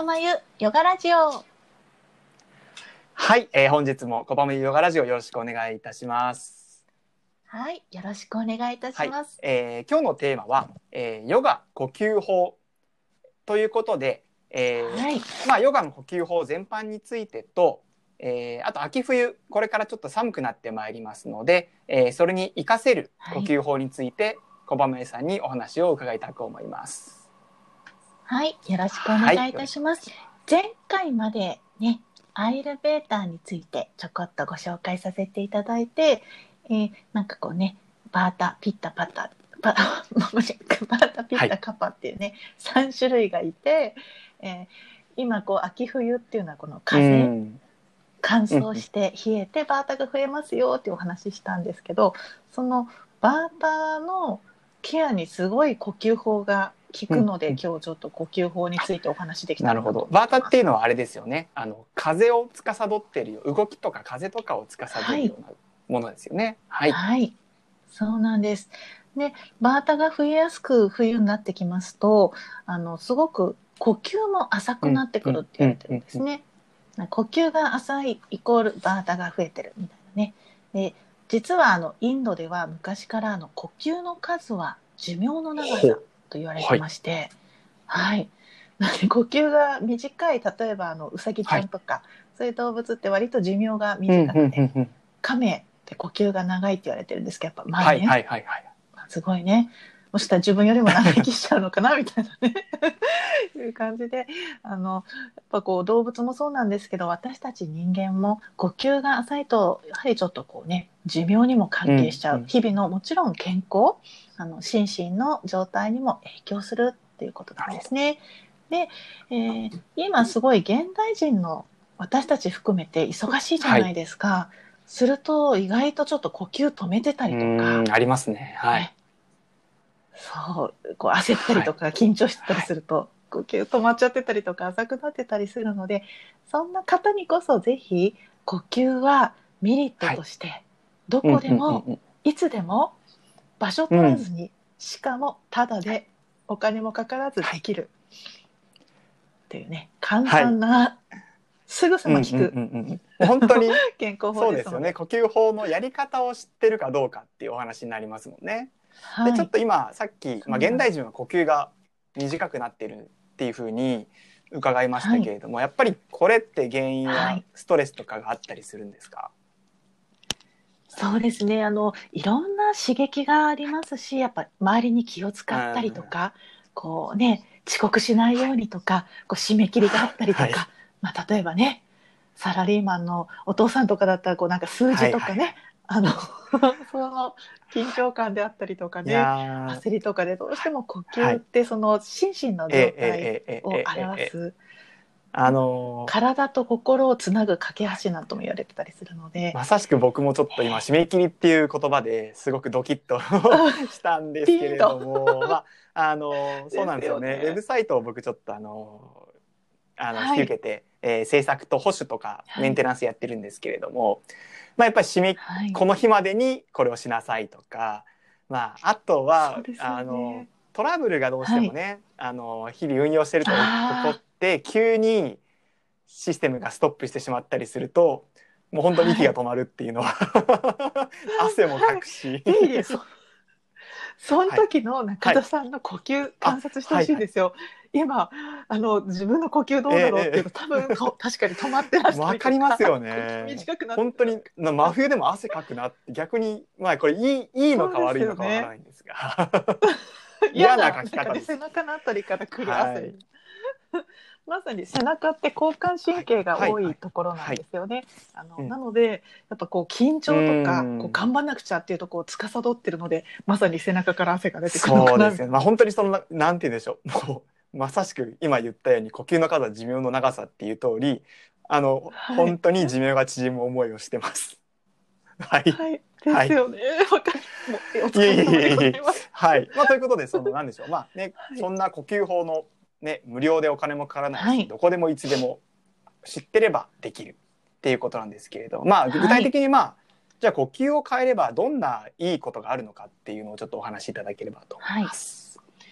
まゆヨガラジオ。 はい、本日もコパムヨガラジオよろしくお願いいたします。 はい、よろしくお願いいたします。 今日のテーマは、ヨガ呼吸法ということで、ヨガの呼吸法全般についてと、あと秋冬これからちょっと寒くなってまいりますので、それに活かせる呼吸法について、コパムエさんにお話を伺いたく思います。 はい、よろしくお願いいたします。前回までね、アイルベーターについてちょこっとご紹介させていただいて、なんかこうね、バータ、ピッタ、パタ、バータ、ピッタ、カパっていうね、3種類がいて、今こう秋冬っていうのはこの風、乾燥して冷えてバータが増えますよっていうお話したんですけど、そのバータのケアにすごい呼吸法が効くので、今日ちょっと呼吸法についてお話できたらなと思います。 なるほど。バータっていうのはあれですよね。風を司っているよ、動きとか風とかを司るようなものですよね。はい。 はい、そうなんです。で、バータが増えやすく冬になってきますと、すごく呼吸も浅くなってくるって言われてるんですね。呼吸が浅いイコールバータが増えてるみたいなね。で、実はインドでは昔から呼吸の数は寿命の長さと言われてまして、はい。なので呼吸が短い、例えばウサギちゃんとか、そういう動物って割と寿命が短くて、カメって呼吸が長いって言われてるんですけど、やっぱ万年、すごいね。もしかしたら自分よりも長生きしちゃうのかなみたいなねいう感じで、やっぱこう動物もそうなんですけど、私たち人間も呼吸が浅いとやはりちょっとこうね、寿命にも関係しちゃう、日々のもちろん健康、心身の状態にも影響するっていうことなんですね。で、今すごい現代人の私たち含めて忙しいじゃないですか。すると意外とちょっと呼吸止めてたりとか、 ありますね。はい。 そうこう焦ったりとか緊張してたりすると、呼吸止まっちゃってたりとか浅くなってたりするので、そんな方にこそぜひ呼吸はメリットとしてどこでもいつでも場所取らずに、しかもタダでお金もかからずできるっていうね、簡単な、すぐさま効く、 本当に健康法ですので。 そうですよね。呼吸法のやり方を知ってるかどうかっていうお話になりますもんね。でちょっと今さっき、現代人は呼吸が短くなってるっていうふうに伺いましたけれども、やっぱりこれって原因はストレスとかがあったりするんですか？ そうですね、いろんな刺激がありますし、やっぱ周りに気を使ったりとか、こうね、遅刻しないようにとか、こう締め切りがあったりとか、例えばね、サラリーマンのお父さんとかだったらこうなんか数字とかね、その緊張感であったりとかね、焦りとかでどうしても呼吸ってその心身の状態を表す、体と心をつなぐ架け橋なんとも言われてたりするので、 まさしく僕もちょっと今締め切りっていう言葉ですごくドキッとしたんですけれどもそうなんですよね。ウェブサイトを僕ちょっと引き受けて、制作と保守とかメンテナンスやってるんですけれども、やっぱりこの日までにこれをしなさいとか、あとは、トラブルがどうしてもね、日々運用してると起こって急にシステムがストップしてしまったりすると、もう本当に息が止まるっていうのは、汗もかくし、 その時の中田さんの呼吸観察してほしいんですよ。今自分の呼吸どうだろうっていうと、多分確かに止まってらしたりとか、 わかりますよね。本当に真冬でも汗かくなって、逆にこれいいのか悪いのかわからないんですが、嫌なかき方です。 背中のあたりからくる汗、まさに背中って交感神経が多いところなんですよね。なのでやっぱこう緊張とかこう頑張んなくちゃっていうところを司ってるので、まさに背中から汗が出てくるのかなみたいな。 本当になんて言うんでしょう、もうまさしく今言ったように呼吸の数は寿命の長さっていう通り、本当に寿命が縮む思いをしてます。 ですよね。お疲れ様でございます。 ということでなんでしょう、そんな呼吸法の無料でお金もかからないし、どこでもいつでも知ってればできるっていうことなんですけれど、具体的にじゃあ呼吸を変えればどんないいことがあるのかっていうのをちょっとお話しいただければと思います。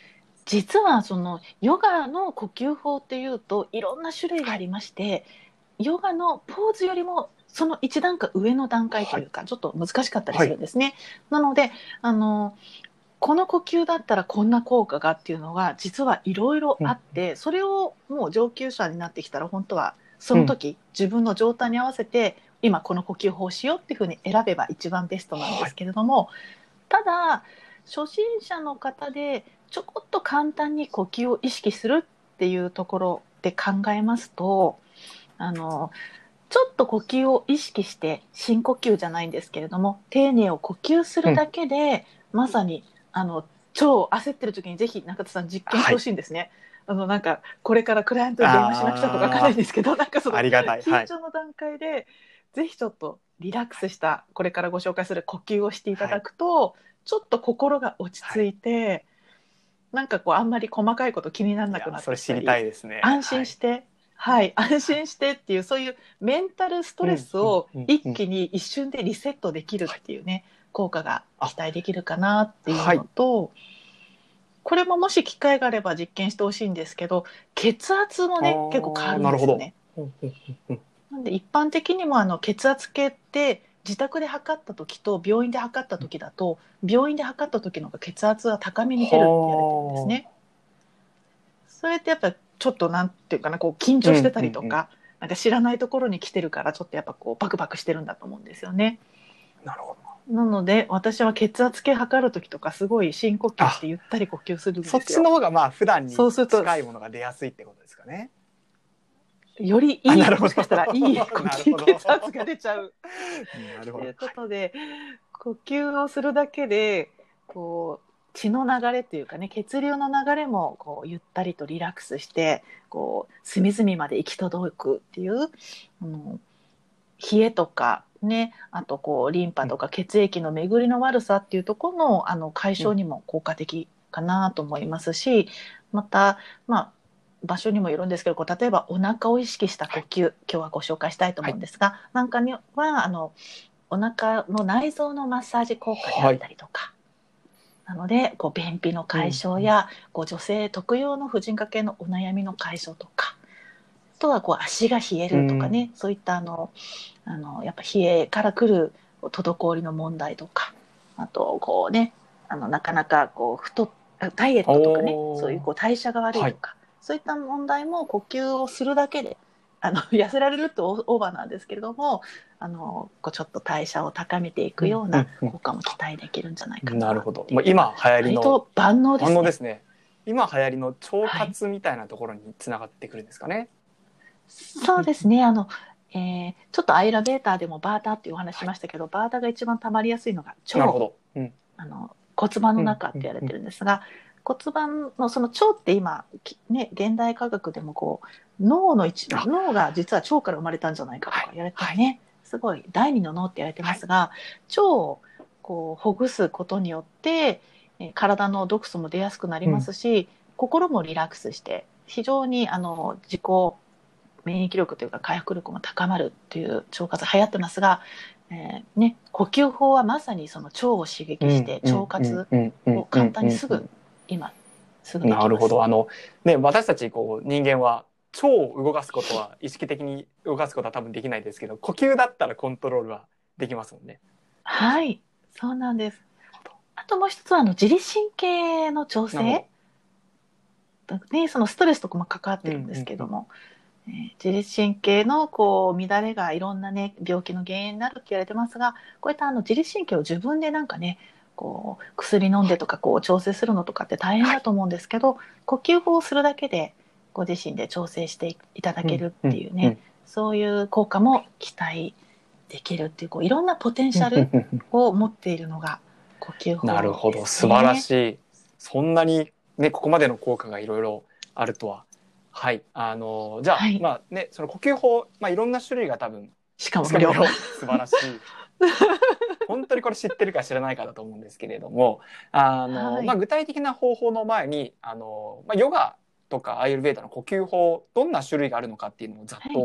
実はそのヨガの呼吸法っていうといろんな種類がありまして、ヨガのポーズよりもその一段階上の段階というか、ちょっと難しかったりするんですね。なのでこの呼吸だったらこんな効果がっていうのが実はいろいろあって、それをもう上級者になってきたら本当はその時、自分の状態に合わせて今この呼吸法をしようっていうふうに選べば一番ベストなんですけれども、ただ初心者の方でちょこっと簡単に呼吸を意識するっていうところで考えますと、ちょっと呼吸を意識して深呼吸じゃないんですけれども丁寧を呼吸するだけで、まさに超焦ってる時にぜひ中田さん実験してほしいんですね。なんかこれからクライアントに電話しなくちゃとかわかんないんですけど、なんかその緊張の段階で、ぜひちょっとリラックスしたこれからご紹介する呼吸をしていただくと、ちょっと心が落ち着いて、なんかこうあんまり細かいこと気にならなくなってきたり、 それ知りたいですね。 安心して、安心してっていうそういうメンタルストレスを一気に一瞬でリセットできるっていうね、効果が期待できるかなっていうのと、これももし機会があれば実験してほしいんですけど、血圧もね結構変わるんですよね。なんで一般的にも血圧計って自宅で測った時と病院で測った時だと、病院で測った時の方が血圧は高めに出るって言われてるんですね。それってやっぱちょっとなんていうかな、こう緊張してたりとか、なんか知らないところに来てるからちょっとやっぱこうバクバクしてるんだと思うんですよね。 なるほど。 なので私は血圧計測る時とかすごい深呼吸してゆったり呼吸するんですよ。 そっちの方がまあ普段に近いものが出やすいってことですかね。 よりいい、もしかしたらいい呼吸血圧が出ちゃうということで、呼吸をするだけでこう血の流れというかね、血流の流れもこうゆったりとリラックスしてこう隅々まで行き届くっていう、冷えとかね、あとこうリンパとか血液の巡りの悪さっていうところの解消にも効果的かなと思いますし、また場所にもよるんですけど、例えばお腹を意識した呼吸、今日はご紹介したいと思うんですが、なんかにはお腹の内臓のマッサージ効果であったりとか、なのでこう便秘の解消や、こう女性特有の婦人科系のお悩みの解消とか、あとはこう足が冷えるとかね、そういったやっぱ冷えからくる滞りの問題とか、あとこうね、なかなかこうダイエットとかね、そういうこう代謝が悪いとか、そういった問題も呼吸をするだけで痩せられるとオーバーなんですけれども、こうちょっと代謝を高めていくような効果も期待できるんじゃないかな。 なるほど。今流行りの万能ですね。 万能ですね。今流行りの腸活みたいなところにつながってくるんですかね。 そうですね。ちょっとアイラベーターでもバーターっていうお話しましたけど、バーターが一番溜まりやすいのが腸、骨盤の中って言われてるんですが、骨盤のその腸って今ね、現代科学でもこう脳が実は腸から生まれたんじゃないかとか言われてね、すごい第二の脳って言われてますが、腸をこうほぐすことによって体の毒素も出やすくなりますし、心もリラックスして非常に自己免疫力というか回復力も高まるっていう腸活流行ってますが、呼吸法はまさにその腸を刺激して腸活を簡単に今すぐできます。 なるほど。私たちこう人間は腸を動かすことは意識的に動かすことは多分できないですけど、呼吸だったらコントロールはできますもんね。 はい、そうなんです。あともう一つは自律神経の調整、そのストレスとかも関わってるんですけども、自律神経のこう乱れがいろんなね病気の原因になるって言われてますが、こういった自律神経を自分でなんかねこう薬飲んでとかこう調整するのとかって大変だと思うんですけど、呼吸法をするだけでご自身で調整していただけるっていうね、そういう効果も期待できるっていう、いろんなポテンシャルを持っているのが呼吸法ですね。 なるほど、素晴らしい。そんなにねここまでの効果がいろいろあるとは。はい、じゃあ、その呼吸法、いろんな種類が多分しかも無料素晴らしい本当にこれ知ってるか知らないかだと思うんですけれども、具体的な方法の前にヨガとかアーユルヴェーダの呼吸法どんな種類があるのかっていうのをざっと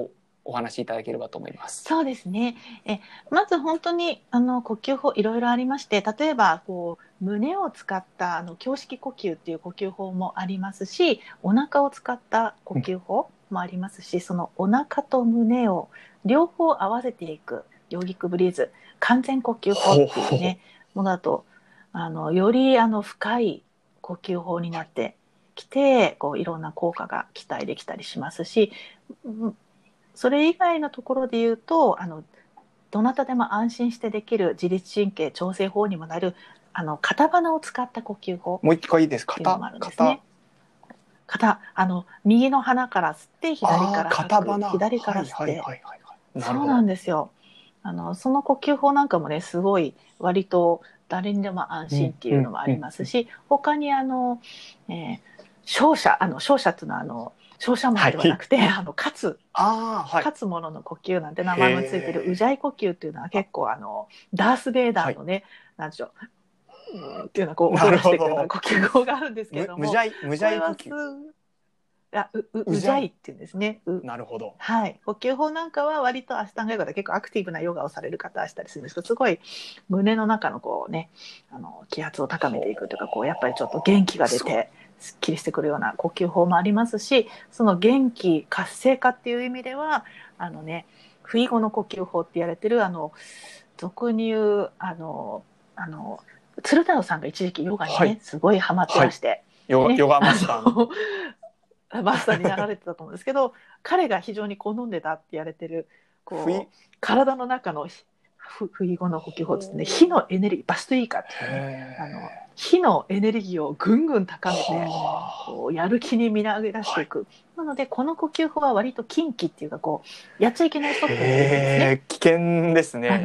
お話しいただければと思います。 そうですね。まず本当に呼吸法いろいろありまして、例えばこう胸を使った胸式呼吸っていう呼吸法もありますし、お腹を使った呼吸法もありますし、そのお腹と胸を両方合わせていくヨーギックブリーズ完全呼吸法っていうねものだとより深い呼吸法になってきて、こういろんな効果が期待できたりしますし、それ以外のところで言うとどなたでも安心してできる自律神経調整法にもなる肩鼻を使った呼吸法もう一回いいですか？ っていうのもあるんですね。右の鼻から吸って左から吐く、左から吸って、そうなんですよ。その呼吸法なんかもねすごい割と誰にでも安心っていうのもありますし、他に照射っていうのは照射門ではなくて、勝つものの呼吸なんて名前もついてるウジャイ呼吸っていうのは結構ダース・ベイダーのね、なんでしょうっていうのはこう驚していくような呼吸法があるんですけれども、 無邪意呼吸、 ウジャイっていうんですね。 なるほど。 はい、呼吸法なんかは割とアシタンガヨガで結構アクティブなヨガをされる方はしたりするんですけど、すごい胸の中のこうね気圧を高めていくというか、こうやっぱりちょっと元気が出てすっきりしてくるような呼吸法もありますし、その元気活性化っていう意味では不意後の呼吸法って言われてる俗に言う鶴太郎さんが一時期ヨガにね、すごいハマってまして、 ヨガマスターマスターになられてたと思うんですけど、彼が非常に好んでたって言われてるこう体の中の不意後の呼吸法ですね、火のエネルギーバストイーカっていうね、火のエネルギーをぐんぐん高めてこうやる気にみなぎらしていく、なのでこの呼吸法は割と禁忌っていうか、こうやっちゃいけないストップですね。 危険ですね。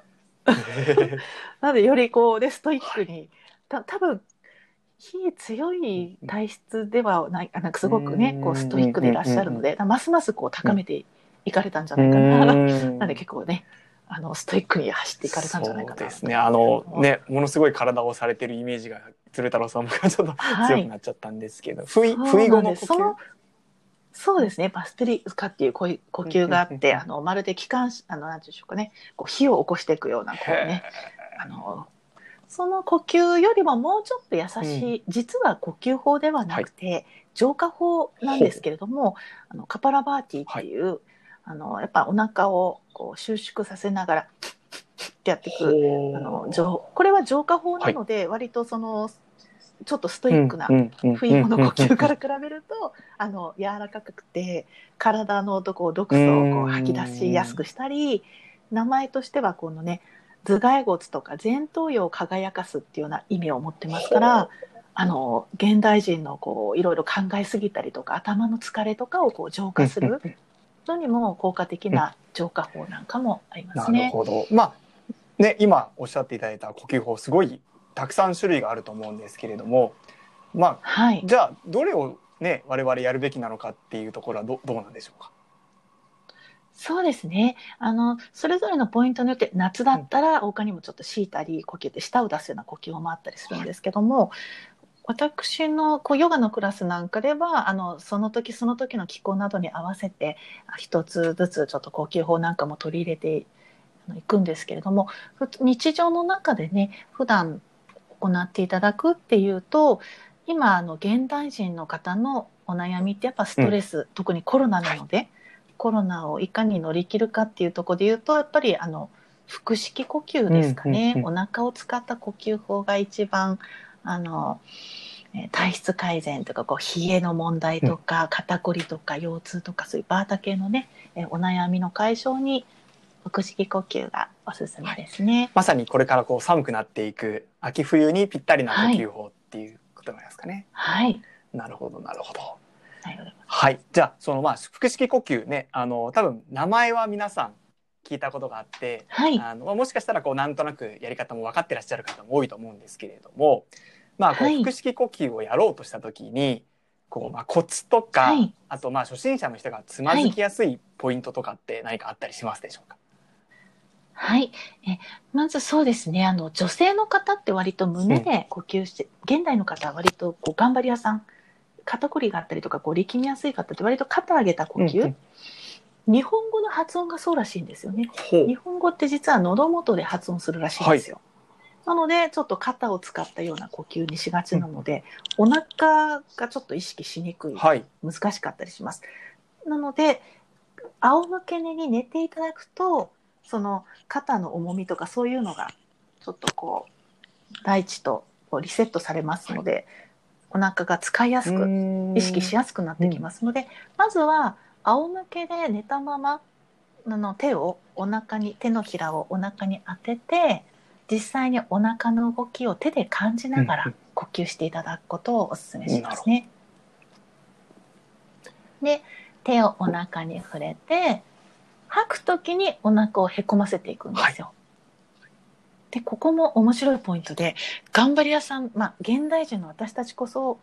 なのでよりこうでストイックに多分火強い体質ではない、なんかすごくねこうストイックでいらっしゃるので、ますますこう高めていかれたんじゃないかな。なので結構ねストイックに走っていかれたんじゃないかな。 そうですね。ものすごい体をされてるイメージが鶴太郎さんもちょっと強くなっちゃったんですけど、不意後の呼吸。 そうですね。バストリカっていう呼吸があって、まるで気管支なんていうんでしょうかね、こう火を起こしていくようなこうねその呼吸よりももうちょっと優しい、実は呼吸法ではなくて、浄化法なんですけれども、カパラバーティっていう、やっぱお腹をこう収縮させながらってやっていくこれは浄化法なので、割とちょっとストイックな不意後の呼吸から比べると柔らかくて体の毒素をこう吐き出しやすくしたり、名前としてはこのね頭蓋骨とか前頭葉を輝かすっていうような意味を持ってますから、現代人のこういろいろ考えすぎたりとか頭の疲れとかをこう浄化するのにも効果的な浄化法なんかもありますね。 なるほど。今おっしゃっていただいた呼吸法すごいたくさん種類があると思うんですけれども、じゃあどれをね我々やるべきなのかっていうところはどうなんでしょうか？ そうですね。それぞれのポイントによって、夏だったら他にもちょっとシータリー呼吸って舌を出すような呼吸もあったりするんですけども、私のヨガのクラスなんかではその時その時の気候などに合わせて一つずつちょっと呼吸法なんかも取り入れていくんですけれども、日常の中でね普段行っていただくっていうと、今現代人の方のお悩みってやっぱストレス、特にコロナなので、コロナをいかに乗り切るかっていうところで言うと、やっぱり腹式呼吸ですかね、お腹を使った呼吸法が一番体質改善とか冷えの問題とか、肩こりとか腰痛とかそういうバータ系のねお悩みの解消に腹式呼吸がおすすめですね。 まさにこれから寒くなっていく秋冬にぴったりな呼吸法っていうことなんですかね。 はい。 なるほどなるほど。はい、じゃあ腹式呼吸ね、多分名前は皆さん聞いたことがあって、もしかしたらなんとなくやり方も分かってらっしゃる方も多いと思うんですけれども、腹式呼吸をやろうとした時にコツとか、あと初心者の人がつまずきやすいポイントとかって何かあったりしますでしょうか？ はい、まずそうですね、女性の方って割と胸で呼吸して、現代の方は割と頑張り屋さん、肩こりがあったりとか力みやすい方って割と肩上げた呼吸日本語の発音がそうらしいんですよね。日本語って実は喉元で発音するらしいんですよ。なのでちょっと肩を使ったような呼吸にしがちなので、お腹がちょっと意識しにくい、難しかったりします。なので仰向け寝に寝ていただくと、その肩の重みとかそういうのがちょっとこう大地とリセットされますので、お腹が使いやすく意識しやすくなってきますので、まずは仰向けで寝たまま手をお腹に、手のひらをお腹に当てて、実際にお腹の動きを手で感じながら呼吸していただくことをお勧めしますね。で、手をお腹に触れて、吐くときにお腹をへこませていくんですよ。で、ここも面白いポイントで、頑張り屋さん、現代人の私たちこそ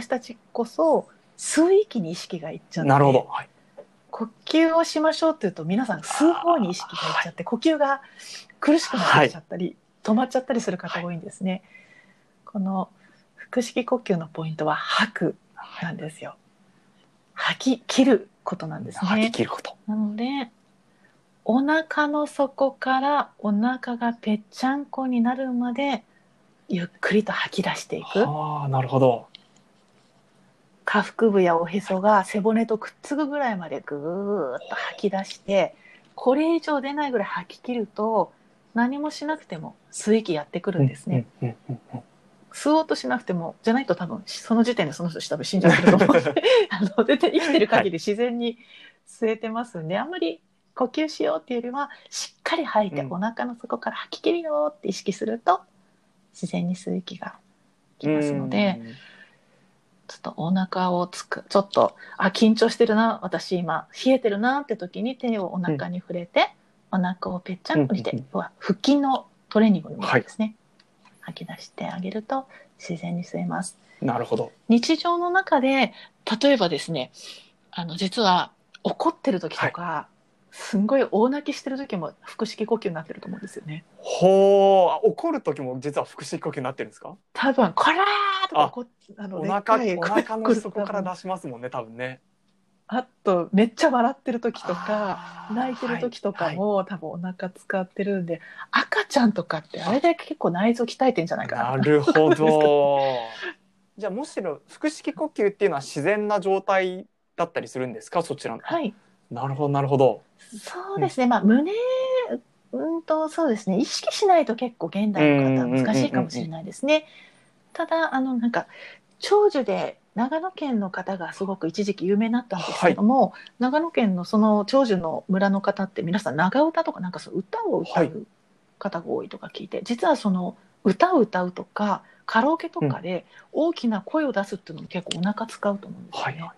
吸う息に意識がいっちゃって、呼吸をしましょうって言うと皆さん吸う方に意識がいっちゃって、呼吸が苦しくなってきちゃったり、止まっちゃったりする方多いんですね。この腹式呼吸のポイントは吐くなんですよ。吐き切ることなんですね。 吐き切ること。 なのでお腹の底からお腹がぺっちゃんこになるまでゆっくりと吐き出していく。 なるほど。 下腹部やおへそが背骨とくっつくぐらいまでぐーっと吐き出して、これ以上出ないぐらい吐き切ると何もしなくても吸う息やってくるんですね。吸おうとしなくても、じゃないと多分その時点でその人多分死んじゃってると思うで生きてる限り自然に吸えてますんで、あんまり呼吸しようっていうよりはしっかり吐いて、お腹の底から吐き切るよって意識すると自然に吸う息がきますので、ちょっとお腹をちょっと緊張してるな、私今冷えてるなって時に手をお腹に触れて、お腹をぺっちゃんこにして、腹筋のトレーニングのようですね、吐き出してあげると自然に吸えます。 なるほど。 日常の中で例えばですね、実は怒ってる時とか、すんごい大泣きしてる時も腹式呼吸になってると思うんですよね。 怒る時も実は腹式呼吸になってるんですか？ 多分こらーとかお腹の底から出しますもんね、多分ね。 あとめっちゃ笑ってる時とか泣いてる時とかも、多分お腹使ってるんで、赤ちゃんとかってあれで結構内臓鍛えてんじゃないかな。 なるほど。じゃあむしろ腹式呼吸っていうのは自然な状態だったりするんですか、そちらの？なるほどなるほど。 そうですね、胸そうですね、意識しないと結構現代の方は難しいかもしれないですね。ただなんか長寿で長野県の方がすごく一時期有名になったんですけども、長野県のその長寿の村の方って皆さん長唄とかなんかそう歌を歌う方が多いとか聞いて、実はその歌を歌うとかカラオケとかで大きな声を出すっていうのも結構お腹使うと思うんですよね。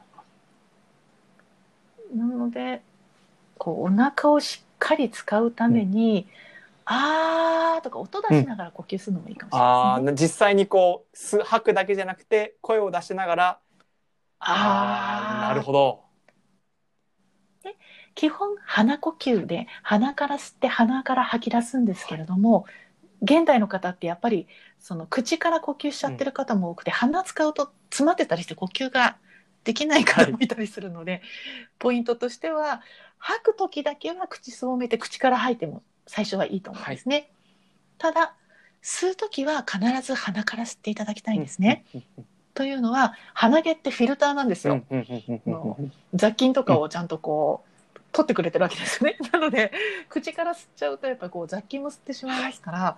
なのでこうお腹をしっかり使うために、あーとか音出しながら呼吸するのもいいかもしれないですね。 実際にこう吐くだけじゃなくて声を出しながら、なるほど。 で、基本鼻呼吸で鼻から吸って鼻から吐き出すんですけれども、現代の方ってやっぱりその口から呼吸しちゃってる方も多くて、鼻使うと詰まってたりして呼吸ができない方もいたりするので、ポイントとしては吐く時だけは口すぼめて口から吐いても最初はいいと思うんですね。ただ吸う時は必ず鼻から吸っていただきたいんですね。というのは鼻毛ってフィルターなんですよ。雑菌とかをちゃんとこう取ってくれてるわけですよね。なので口から吸っちゃうとやっぱこう雑菌も吸ってしまいますから、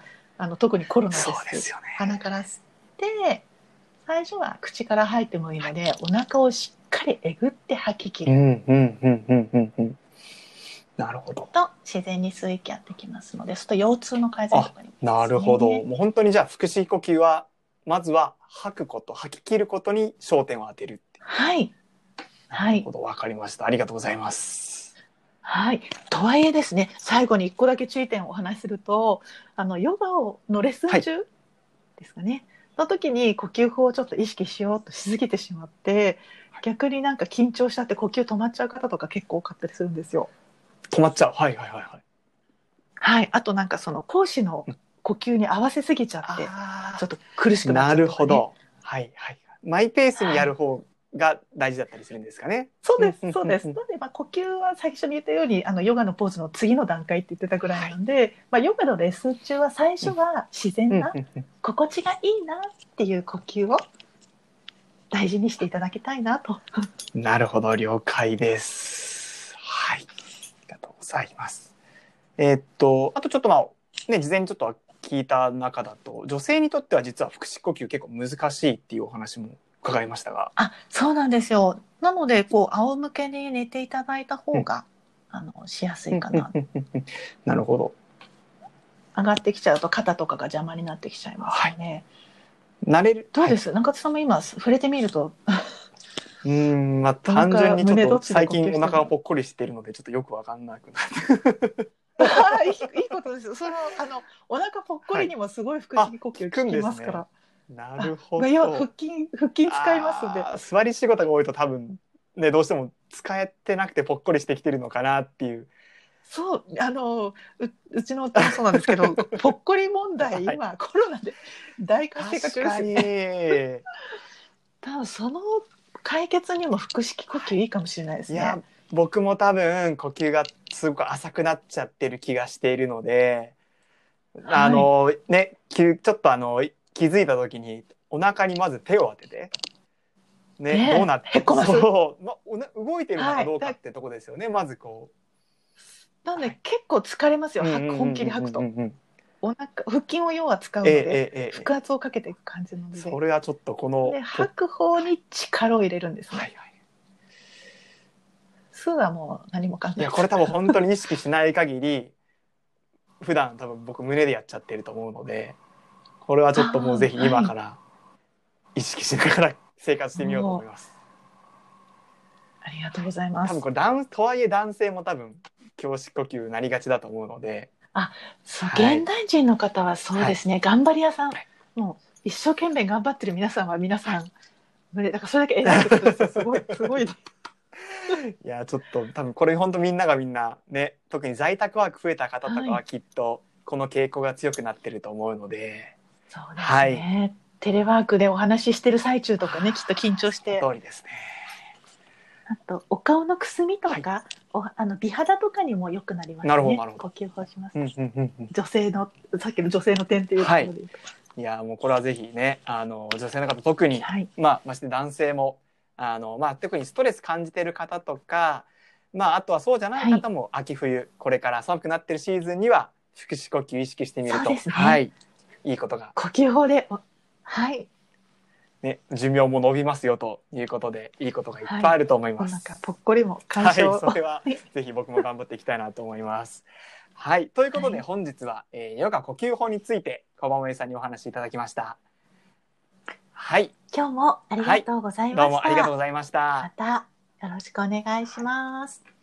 特にコロナです、鼻から吸って最初は口から吐いてもいいので、お腹をしっかりえぐって吐き切る。 なるほど。 と自然に吸い気やってきますので、そうすると腰痛の改善とかにも、 なるほど。もう本当にじゃあ腹式呼吸はまずは吐くこと、吐き切ることに焦点を当てるって。なるほど、わかりました。ありがとうございます。 とはいえですね、最後に1個だけ注意点をお話しすると、ヨガのレッスン中ですかね、の時に呼吸法をちょっと意識しようとしすぎてしまって、逆になんか緊張しちゃって呼吸止まっちゃう方とか結構多かったりするんですよ。 止まっちゃう。 あとなんかその講師の呼吸に合わせすぎちゃってちょっと苦しくなっちゃうとか、ね。 なるほど。マイペースにやる方が大事だったりするんですかね。 そうです、そうです。なので、呼吸は最初に言ったように、ヨガのポーズの次の段階って言ってたぐらいなんで、ヨガのレッスン中は最初は自然な、心地がいいなっていう呼吸を大事にしていただきたいなと。 なるほど、了解です。はい。ありがとうございます。あとちょっとね、事前にちょっと聞いた中だと、女性にとっては実は腹式呼吸結構難しいっていうお話も伺いましたが。 そうなんですよ。なので、仰向けに寝ていただいた方が、しやすいかな。 なるほど。 上がってきちゃうと肩とかが邪魔になってきちゃいますよね。 慣れる。 どうです、中津さんも今触れてみると。 単純にちょっと最近お腹がぽっこりしているのでちょっとよくわかんなくなっていいことですよ。お腹ぽっこりにもすごい腹式呼吸効きますから。 なるほど。 腹筋使いますんで。 座り仕事が多いと多分ね、どうしても使えてなくてぽっこりしてきてるのかなっていう。 そう、うちの夫もそうなんですけど、ぽっこり問題、今コロナで大活性化中ですよね。多分その解決にも腹式呼吸いいかもしれないですね。いや、 僕も多分呼吸がすごく浅くなっちゃってる気がしているので、ね、ちょっと気づいた時にお腹にまず手を当てて、ね、どうなって動いてるのかどうかってとこですよね、まずこう。 なんで結構疲れますよ、本気で吐くと。腹筋を要は使うので、腹圧をかけていく感じなので、 それはちょっとで吐く方に力を入れるんですね。吸うはもう何も考えない。 いや、これ多分本当に意識しない限り普段多分僕胸でやっちゃってると思うので、これはちょっともうぜひ今から意識しながら生活してみようと思います。 ありがとうございます。 多分これとはいえ男性も多分胸式呼吸なりがちだと思うので。 そう、現代人の方はそうですね、頑張り屋さん、もう一生懸命頑張ってる皆さんは皆さん、だからそれだけ偉いってことですよ。すごい。いや、ちょっと多分これ本当みんながみんなね、特に在宅ワーク増えた方とかはきっとこの傾向が強くなってると思うので。 そうですね。テレワークでお話ししてる最中とかね、きっと緊張して。 通りですね。 あとお顔のくすみとか、美肌とかにも良くなりますね。呼吸法します。女性のさっきの女性の点っていうところで、 いや、もうこれはぜひね、女性の方特に、まして男性も特にストレス感じてる方とか、あとはそうじゃない方も秋冬これから寒くなってるシーズンには腹式呼吸意識してみると、いいことが、 呼吸法でね、寿命も伸びますよということで、いいことがいっぱいあると思います。 なんかぽっこりも解消、 それはぜひ僕も頑張っていきたいなと思います。ということで本日は、ヨガ呼吸法について小浜さんにお話しいただきました。今日もありがとうございました。 どうもありがとうございました。 またよろしくお願いします。